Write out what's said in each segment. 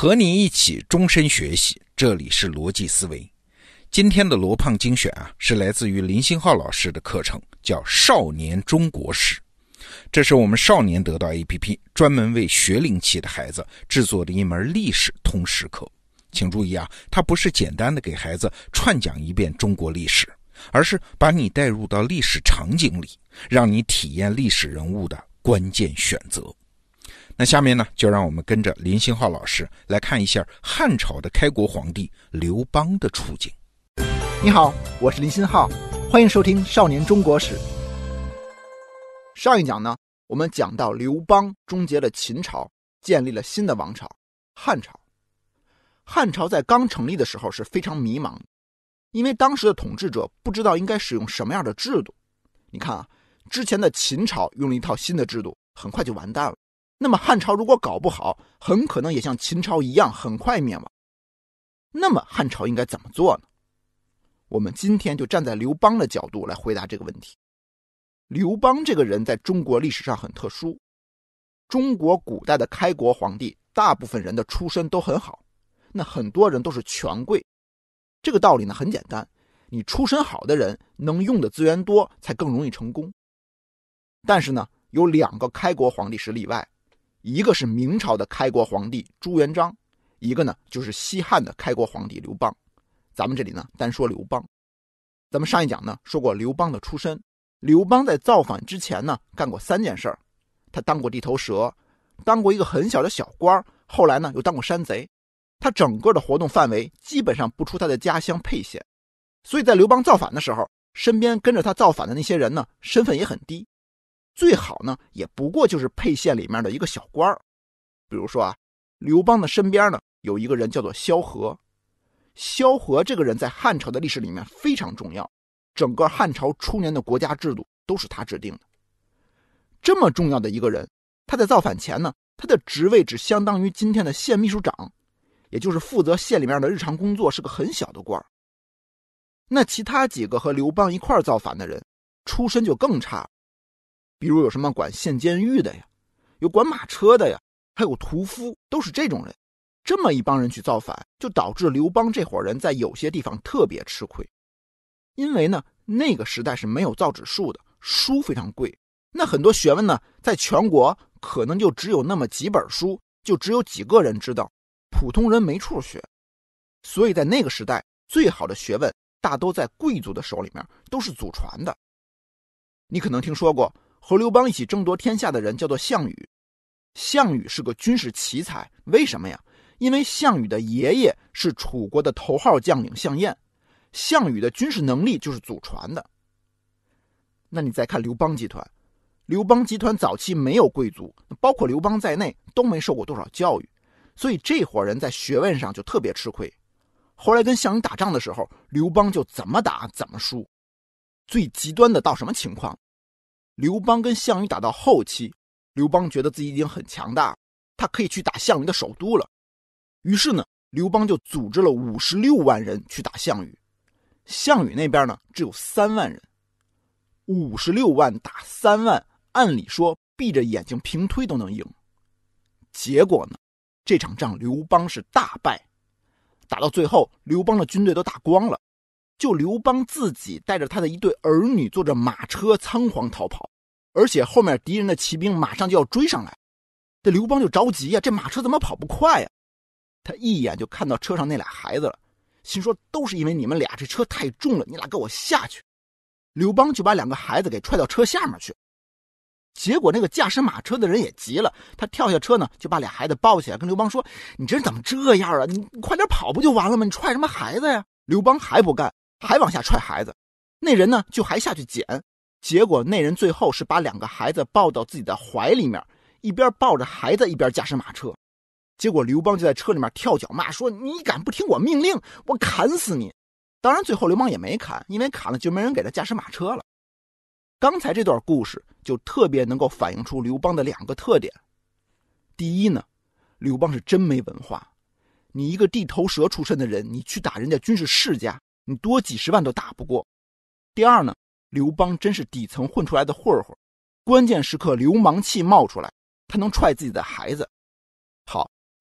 和你一起终身学习，这里是逻辑思维。今天的罗胖精选是来自于林新浩老师的课程，叫少年中国史。这是我们少年得到 APP 专门为学龄期的孩子制作的一门历史通识课。请注意它不是简单的给孩子串讲一遍中国历史，而是把你带入到历史场景里，让你体验历史人物的关键选择。那下面呢，就让我们跟着林新浩老师来看一下汉朝的开国皇帝刘邦的处境。 你好，我是林新浩，欢迎收听少年中国史。上一讲呢，我们讲到刘邦终结了秦朝，建立了新的王朝汉朝。汉朝在刚成立的时候是非常迷茫的，因为当时的统治者不知道应该使用什么样的制度。你看之前的秦朝用了一套新的制度，很快就完蛋了。那么汉朝如果搞不好，很可能也像秦朝一样很快灭亡。那么汉朝应该怎么做呢？我们今天就站在刘邦的角度来回答这个问题。刘邦这个人在中国历史上很特殊，中国古代的开国皇帝大部分人的出身都很好，那很多人都是权贵。这个道理呢很简单，你出身好的人能用的资源多，才更容易成功。但是呢，有两个开国皇帝是例外，一个是明朝的开国皇帝朱元璋，一个呢就是西汉的开国皇帝刘邦。咱们这里呢单说刘邦。咱们上一讲呢说过刘邦的出身，刘邦在造反之前呢干过3件事。他当过地头蛇，当过一个很小的小官，后来呢又当过山贼。他整个的活动范围基本上不出他的家乡沛县，所以在刘邦造反的时候，身边跟着他造反的那些人呢身份也很低，最好呢也不过就是沛县里面的一个小官。比如说刘邦的身边呢有一个人叫做萧何。萧何这个人在汉朝的历史里面非常重要，整个汉朝初年的国家制度都是他制定的。这么重要的一个人，他在造反前呢，他的职位只相当于今天的县秘书长，也就是负责县里面的日常工作，是个很小的官。那其他几个和刘邦一块造反的人出身就更差，比如有什么管县监狱的呀，有管马车的呀，还有屠夫，都是这种人。这么一帮人去造反，就导致刘邦这伙人在有些地方特别吃亏。因为呢，那个时代是没有造纸术的，书非常贵，那很多学问呢，在全国可能就只有那么几本书，就只有几个人知道，普通人没处学。所以在那个时代，最好的学问大都在贵族的手里面，都是祖传的。你可能听说过和刘邦一起争夺天下的人叫做项羽。项羽是个军事奇才，为什么呀？因为项羽的爷爷是楚国的头号将领项燕，项羽的军事能力就是祖传的。那你再看刘邦集团，刘邦集团早期没有贵族，包括刘邦在内都没受过多少教育，所以这伙人在学问上就特别吃亏。后来跟项羽打仗的时候，刘邦就怎么打怎么输。最极端的到什么情况？刘邦跟项羽打到后期，刘邦觉得自己已经很强大，他可以去打项羽的首都了。于是呢，刘邦就组织了56万人去打项羽。项羽那边呢只有3万人，56万打3万，按理说闭着眼睛平推都能赢。结果呢，这场仗刘邦是大败，打到最后刘邦的军队都打光了，就刘邦自己带着他的一对儿女坐着马车仓皇逃跑，而且后面敌人的骑兵马上就要追上来。这刘邦就着急呀，这马车怎么跑不快呀？他一眼就看到车上那俩孩子了，心说都是因为你们俩，这车太重了，你俩给我下去。刘邦就把2个孩子给踹到车下面去。结果那个驾驶马车的人也急了，他跳下车呢，就把俩孩子抱起来，跟刘邦说：“你这人怎么这样啊？你快点跑不就完了吗？你踹什么孩子呀？”刘邦还不干，还往下踹孩子。那人呢就还下去捡，结果那人最后是把2个孩子抱到自己的怀里面，一边抱着孩子一边驾驶马车。结果刘邦就在车里面跳脚骂说：“你敢不听我命令，我砍死你！”当然最后刘邦也没砍，因为砍了就没人给他驾驶马车了。刚才这段故事就特别能够反映出刘邦的2个特点。第一呢，刘邦是真没文化，你一个地头蛇出身的人，你去打人家军事世家，你多几十万都打不过。第二呢，刘邦真是底层混出来的混混，关键时刻流氓气冒出来，他能踹自己的孩子。好，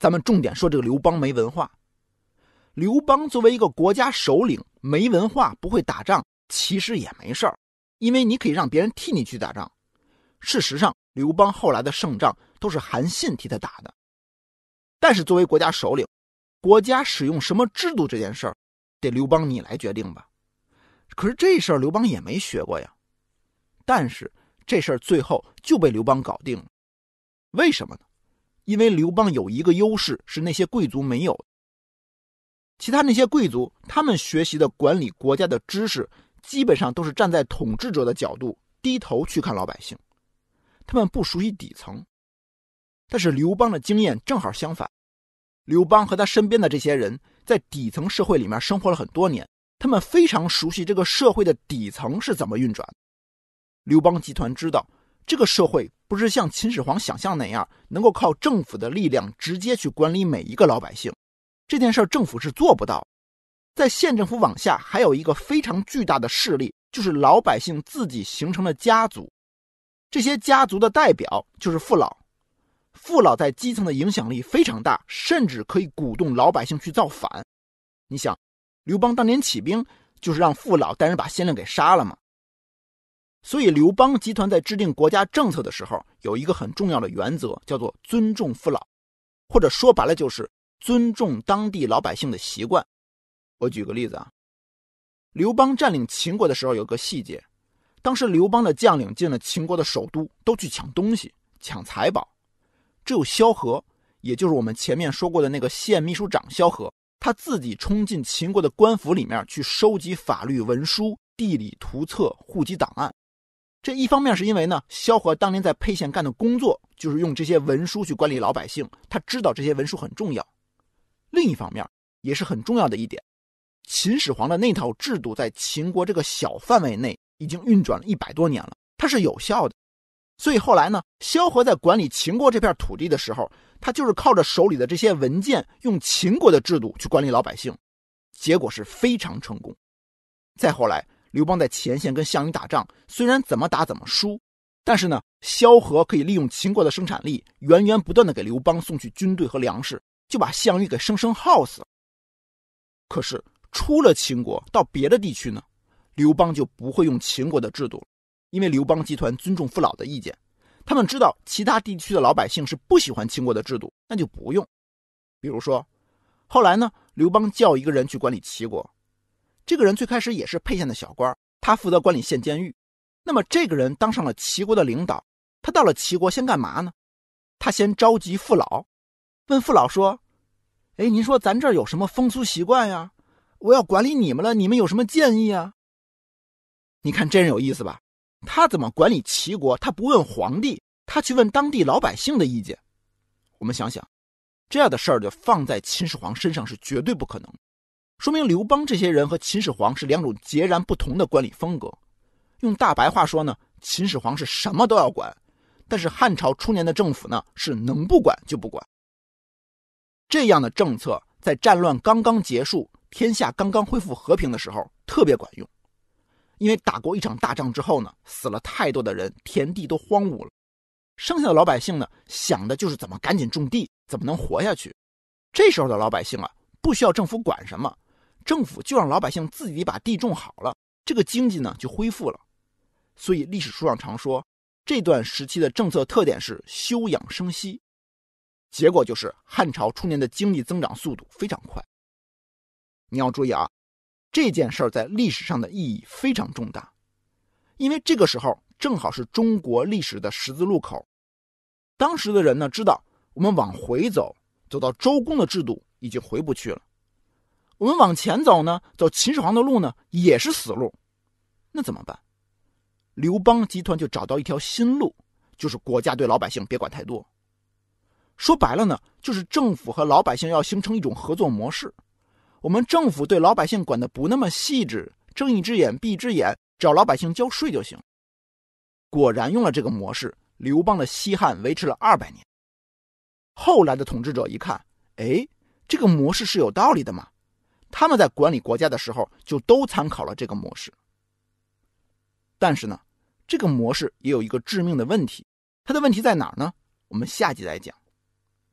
咱们重点说这个刘邦没文化。刘邦作为一个国家首领，没文化不会打仗，其实也没事儿，因为你可以让别人替你去打仗。事实上，刘邦后来的胜仗都是韩信替他打的。但是作为国家首领，国家使用什么制度这件事儿，得刘邦你来决定吧。可是这事儿刘邦也没学过呀。但是这事儿最后就被刘邦搞定了。为什么呢？因为刘邦有一个优势是那些贵族没有的。其他那些贵族，他们学习的管理国家的知识，基本上都是站在统治者的角度，低头去看老百姓。他们不熟悉底层。但是刘邦的经验正好相反。刘邦和他身边的这些人，在底层社会里面生活了很多年，他们非常熟悉这个社会的底层是怎么运转的。刘邦集团知道，这个社会不是像秦始皇想象那样，能够靠政府的力量直接去管理每一个老百姓。这件事政府是做不到。在县政府往下还有一个非常巨大的势力，就是老百姓自己形成的家族。这些家族的代表就是父老。父老在基层的影响力非常大，甚至可以鼓动老百姓去造反。你想，刘邦当年起兵就是让父老带人把县令给杀了嘛。所以刘邦集团在制定国家政策的时候，有一个很重要的原则，叫做尊重父老，或者说白了就是尊重当地老百姓的习惯。我举个例子啊，刘邦占领秦国的时候有个细节，当时刘邦的将领进了秦国的首都，都去抢东西，抢财宝。只有萧何，也就是我们前面说过的那个县秘书长萧何，他自己冲进秦国的官府里面去收集法律文书、地理图册、户籍档案。这一方面是因为呢，萧何当年在沛县干的工作就是用这些文书去管理老百姓，他知道这些文书很重要。另一方面也是很重要的一点，秦始皇的那套制度在秦国这个小范围内已经运转了100多年了，它是有效的。所以后来呢，萧何在管理秦国这片土地的时候，他就是靠着手里的这些文件，用秦国的制度去管理老百姓，结果是非常成功。再后来，刘邦在前线跟项羽打仗，虽然怎么打怎么输，但是呢，萧何可以利用秦国的生产力，源源不断的给刘邦送去军队和粮食，就把项羽给生生耗死了。可是出了秦国到别的地区呢，刘邦就不会用秦国的制度了。因为刘邦集团尊重父老的意见，他们知道其他地区的老百姓是不喜欢秦国的制度，那就不用。比如说，后来呢，刘邦叫一个人去管理齐国，这个人最开始也是沛县的小官，他负责管理县监狱。那么这个人当上了齐国的领导，他到了齐国先干嘛呢？他先召集父老，问父老说：您说咱这儿有什么风俗习惯呀？我要管理你们了，你们有什么建议啊？你看真有意思吧？他怎么管理齐国？他不问皇帝，他去问当地老百姓的意见。我们想想，这样的事儿就放在秦始皇身上是绝对不可能，说明刘邦这些人和秦始皇是两种截然不同的管理风格。用大白话说呢，秦始皇是什么都要管，但是汉朝初年的政府呢，是能不管就不管。这样的政策在战乱刚刚结束，天下刚刚恢复和平的时候特别管用。因为打过一场大仗之后呢，死了太多的人，田地都荒芜了，剩下的老百姓呢，想的就是怎么赶紧种地，怎么能活下去。这时候的老百姓啊，不需要政府管什么，政府就让老百姓自己把地种好了，这个经济呢就恢复了。所以历史书上常说，这段时期的政策特点是休养生息，结果就是汉朝初年的经济增长速度非常快。你要注意啊，这件事在历史上的意义非常重大，因为这个时候正好是中国历史的十字路口。当时的人呢，知道我们往回走，走到周公的制度已经回不去了。我们往前走呢，走秦始皇的路呢，也是死路。那怎么办？刘邦集团就找到一条新路，就是国家对老百姓别管太多。说白了呢，就是政府和老百姓要形成一种合作模式。我们政府对老百姓管得不那么细致，睁一只眼闭一只眼，只要老百姓交税就行。果然用了这个模式，刘邦的西汉维持了200年。后来的统治者一看，这个模式是有道理的嘛，他们在管理国家的时候就都参考了这个模式。但是呢，这个模式也有一个致命的问题，它的问题在哪儿呢？我们下集再讲。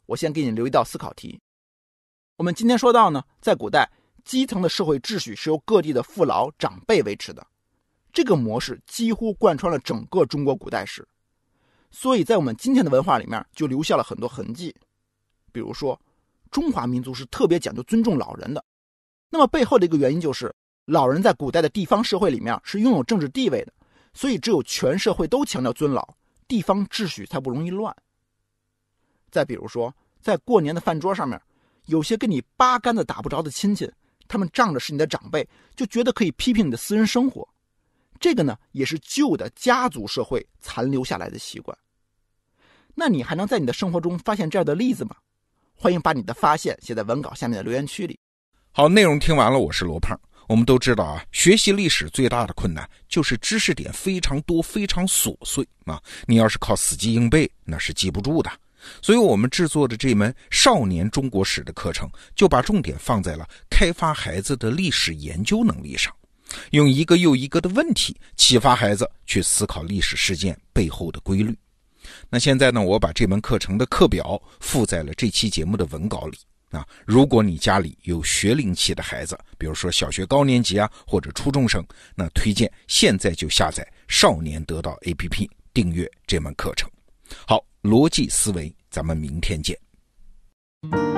我先给你留一道思考题。我们今天说到呢，在古代基层的社会秩序是由各地的父老长辈维持的，这个模式几乎贯穿了整个中国古代史，所以在我们今天的文化里面就留下了很多痕迹。比如说中华民族是特别讲究尊重老人的，那么背后的一个原因就是老人在古代的地方社会里面是拥有政治地位的，所以只有全社会都强调尊老，地方秩序才不容易乱。再比如说在过年的饭桌上面，有些跟你八竿子打不着的亲戚，他们仗着是你的长辈，就觉得可以批评你的私人生活，这个呢也是旧的家族社会残留下来的习惯。那你还能在你的生活中发现这样的例子吗？欢迎把你的发现写在文稿下面的留言区里。 好，内容听完了，我是罗胖。我们都知道啊，学习历史最大的困难就是知识点非常多，非常琐碎啊。你要是靠死记硬背，那是记不住的。所以我们制作的这门少年中国史的课程，就把重点放在了开发孩子的历史研究能力上，用一个又一个的问题启发孩子去思考历史事件背后的规律。那现在呢，我把这门课程的课表附在了这期节目的文稿里啊。如果你家里有学龄期的孩子，比如说小学高年级啊，或者初中生，那推荐现在就下载少年得到 APP 订阅这门课程。好，逻辑思维，咱们明天见。